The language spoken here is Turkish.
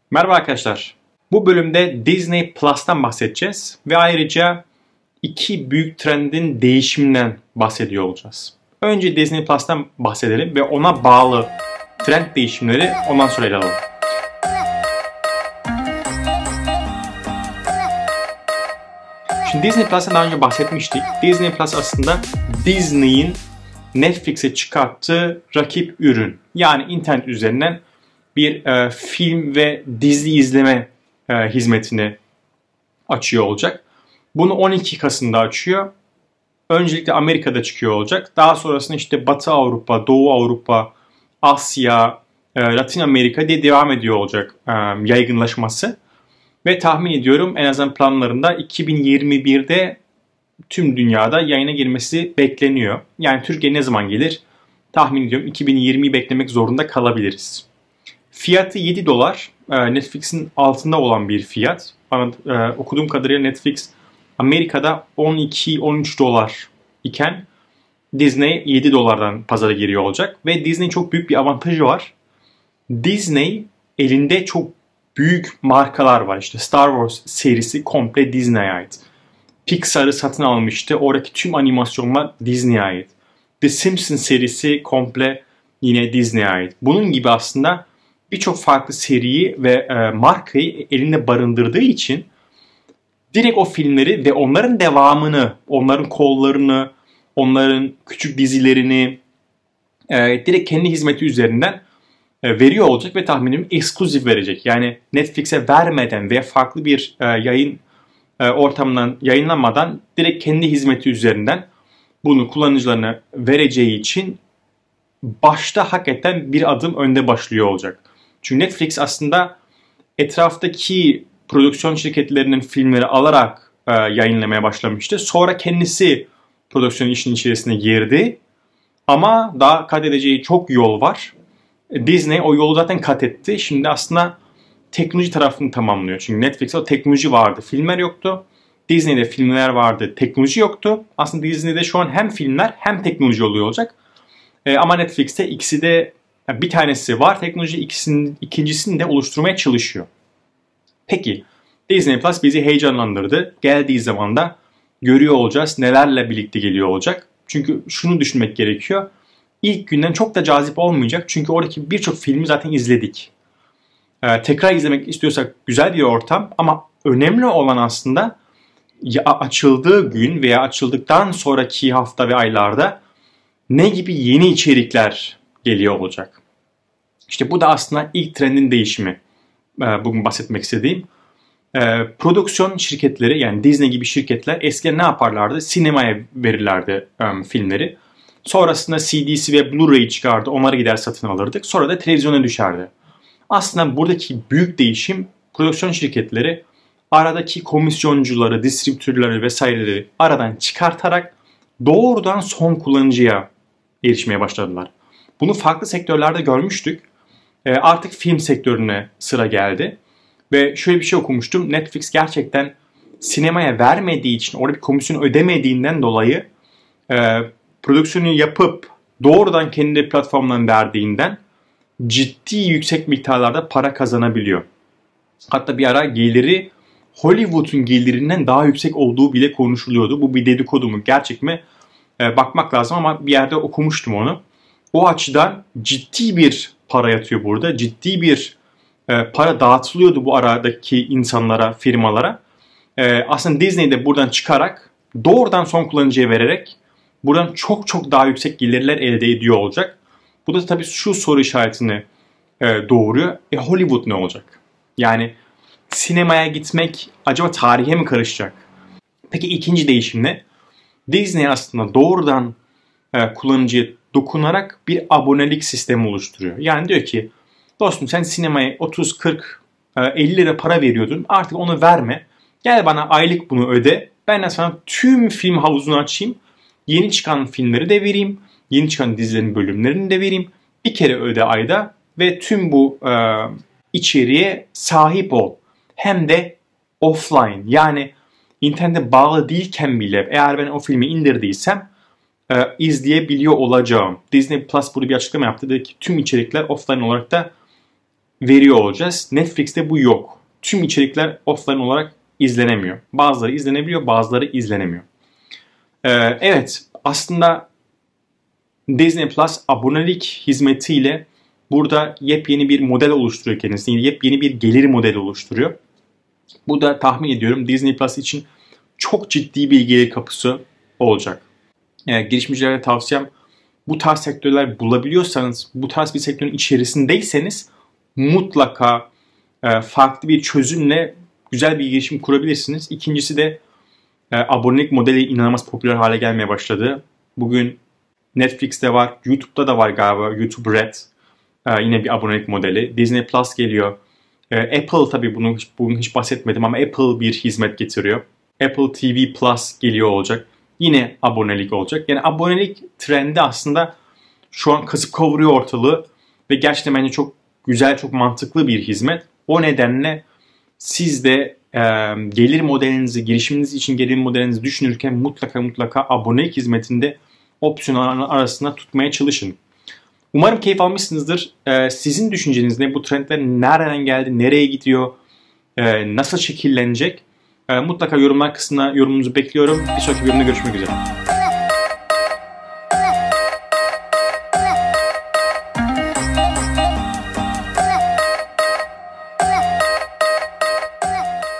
Merhaba arkadaşlar. Bu bölümde Disney Plus'tan bahsedeceğiz ve ayrıca iki büyük trendin değişiminden bahsediyor olacağız. Önce Disney Plus'tan bahsedelim ve ona bağlı trend değişimleri ondan sonra ele alalım. Şimdi Disney Plus'tan daha önce bahsetmiştik. Disney Plus aslında Disney'in Netflix'e çıkarttığı rakip ürün. Yani internet üzerinden bir film ve dizi izleme hizmetini açıyor olacak. Bunu 12 Kasım'da açıyor. Öncelikle Amerika'da çıkıyor olacak. Daha sonrasında işte Batı Avrupa, Doğu Avrupa, Asya, Latin Amerika diye devam ediyor olacak yaygınlaşması. Ve tahmin ediyorum en azından planlarında 2021'de tüm dünyada yayına girmesi bekleniyor. Yani Türkiye ne zaman gelir? Tahmin ediyorum 2020'yi beklemek zorunda kalabiliriz. Fiyatı $7. Netflix'in altında olan bir fiyat. Okuduğum kadarıyla Netflix Amerika'da $12-13 iken Disney $7'dan pazara giriyor olacak. Ve Disney'in çok büyük bir avantajı var. Disney elinde çok büyük markalar var. İşte Star Wars serisi komple Disney'e ait. Pixar'ı satın almıştı. Oradaki tüm animasyonlar Disney'e ait. The Simpsons serisi komple yine Disney'e ait. Bunun gibi aslında birçok farklı seriyi ve markayı elinde barındırdığı için direkt o filmleri ve onların devamını, onların kollarını, onların küçük dizilerini direkt kendi hizmeti üzerinden veriyor olacak ve tahminim eksklusif verecek. Yani Netflix'e vermeden veya farklı bir yayın ortamından yayınlanmadan direkt kendi hizmeti üzerinden bunu kullanıcılarına vereceği için başta hakikaten bir adım önde başlıyor olacak. Çünkü Netflix aslında etraftaki prodüksiyon şirketlerinin filmleri alarak yayınlamaya başlamıştı. Sonra kendisi prodüksiyon işinin içerisine girdi. Ama daha kat edeceği çok yol var. Disney o yolu zaten kat etti. Şimdi aslında teknoloji tarafını tamamlıyor. Çünkü Netflix'te o teknoloji vardı. Filmler yoktu. Disney'de filmler vardı. Teknoloji yoktu. Aslında Disney'de şu an hem filmler hem teknoloji oluyor olacak. Ama Netflix'te ikisi de bir tanesi var teknoloji, ikincisini de oluşturmaya çalışıyor. Peki Disney Plus bizi heyecanlandırdı. Geldiği zaman da görüyor olacağız nelerle birlikte geliyor olacak. Çünkü şunu düşünmek gerekiyor. İlk günden çok da cazip olmayacak. Çünkü oradaki birçok filmi zaten izledik. Tekrar izlemek istiyorsak güzel bir ortam ama önemli olan aslında açıldığı gün veya açıldıktan sonraki hafta ve aylarda ne gibi yeni içerikler geliyor olacak. İşte bu da aslında ilk trendin değişimi. Bugün bahsetmek istediğim. Prodüksiyon şirketleri yani Disney gibi şirketler eskiden ne yaparlardı? Sinemaya verirlerdi filmleri. Sonrasında CD'si ve Blu-ray çıkardı. Onları gider satın alırdık. Sonra da televizyona düşerdi. Aslında buradaki büyük değişim prodüksiyon şirketleri aradaki komisyoncuları, distribütörleri vesaireleri aradan çıkartarak doğrudan son kullanıcıya erişmeye başladılar. Bunu farklı sektörlerde görmüştük. Artık film sektörüne sıra geldi. Ve şöyle bir şey okumuştum. Netflix gerçekten sinemaya vermediği için, orada bir komisyon ödemediğinden dolayı prodüksiyonu yapıp doğrudan kendi platformdan verdiğinden ciddi yüksek miktarlarda para kazanabiliyor. Hatta bir ara geliri Hollywood'un gelirinden daha yüksek olduğu bile konuşuluyordu. Bu bir dedikodu mu, gerçek mi? Bakmak lazım ama bir yerde okumuştum onu. O açıdan ciddi bir para yatıyor burada. Ciddi bir para dağıtılıyordu bu aradaki insanlara, firmalara. Aslında Disney de buradan çıkarak doğrudan son kullanıcıya vererek buradan çok çok daha yüksek gelirler elde ediyor olacak. Bu da tabii şu soru işaretini doğuruyor. Hollywood ne olacak? Yani sinemaya gitmek acaba tarihe mi karışacak? Peki ikinci değişim ne? Disney aslında doğrudan kullanıcıya dokunarak bir abonelik sistemi oluşturuyor. Yani diyor ki dostum sen sinemaya 30, 40, 50 lira para veriyordun. Artık onu verme. Gel bana aylık bunu öde. Ben de sana tüm film havuzunu açayım. Yeni çıkan filmleri de vereyim. Yeni çıkan dizilerin bölümlerini de vereyim. Bir kere öde ayda ve tüm bu içeriğe sahip ol. Hem de offline yani internete bağlı değilken bile eğer ben o filmi indirdiysem izleyebiliyor olacağım. Disney Plus burada bir açıklama yaptı. Dedi ki tüm içerikler offline olarak da veriyor olacağız. Netflix'te bu yok. Tüm içerikler offline olarak izlenemiyor. Bazıları izlenebiliyor, bazıları izlenemiyor. Evet, aslında Disney Plus abonelik hizmetiyle burada yepyeni bir model oluşturuyor kendisine. Yepyeni bir gelir modeli oluşturuyor. Bu da tahmin ediyorum Disney Plus için çok ciddi bir gelir kapısı olacak. Girişimcilere tavsiyem, bu tarz sektörler bulabiliyorsanız, bu tarz bir sektörün içerisindeyseniz mutlaka farklı bir çözümle güzel bir girişim kurabilirsiniz. İkincisi de abonelik modeli inanılmaz popüler hale gelmeye başladı. Bugün Netflix'te var, YouTube'da da var galiba, YouTube Red. Yine bir abonelik modeli. Disney Plus geliyor. Apple tabii bugün hiç bahsetmedim ama Apple bir hizmet getiriyor. Apple TV Plus geliyor olacak. Yine abonelik olacak. Yani abonelik trendi aslında şu an kasıp kavuruyor ortalığı ve gerçekten bence çok güzel, çok mantıklı bir hizmet. O nedenle siz de gelir modelinizi, girişiminiz için gelir modelinizi düşünürken mutlaka abonelik hizmetinde opsiyonlar arasında tutmaya çalışın. Umarım keyif almışsınızdır. Sizin düşünceniz ne? Bu trendler nereden geldi? Nereye gidiyor? Nasıl şekillenecek? Mutlaka yorumlar kısmına yorumunuzu bekliyorum. Bir sonraki bölümde görüşmek üzere.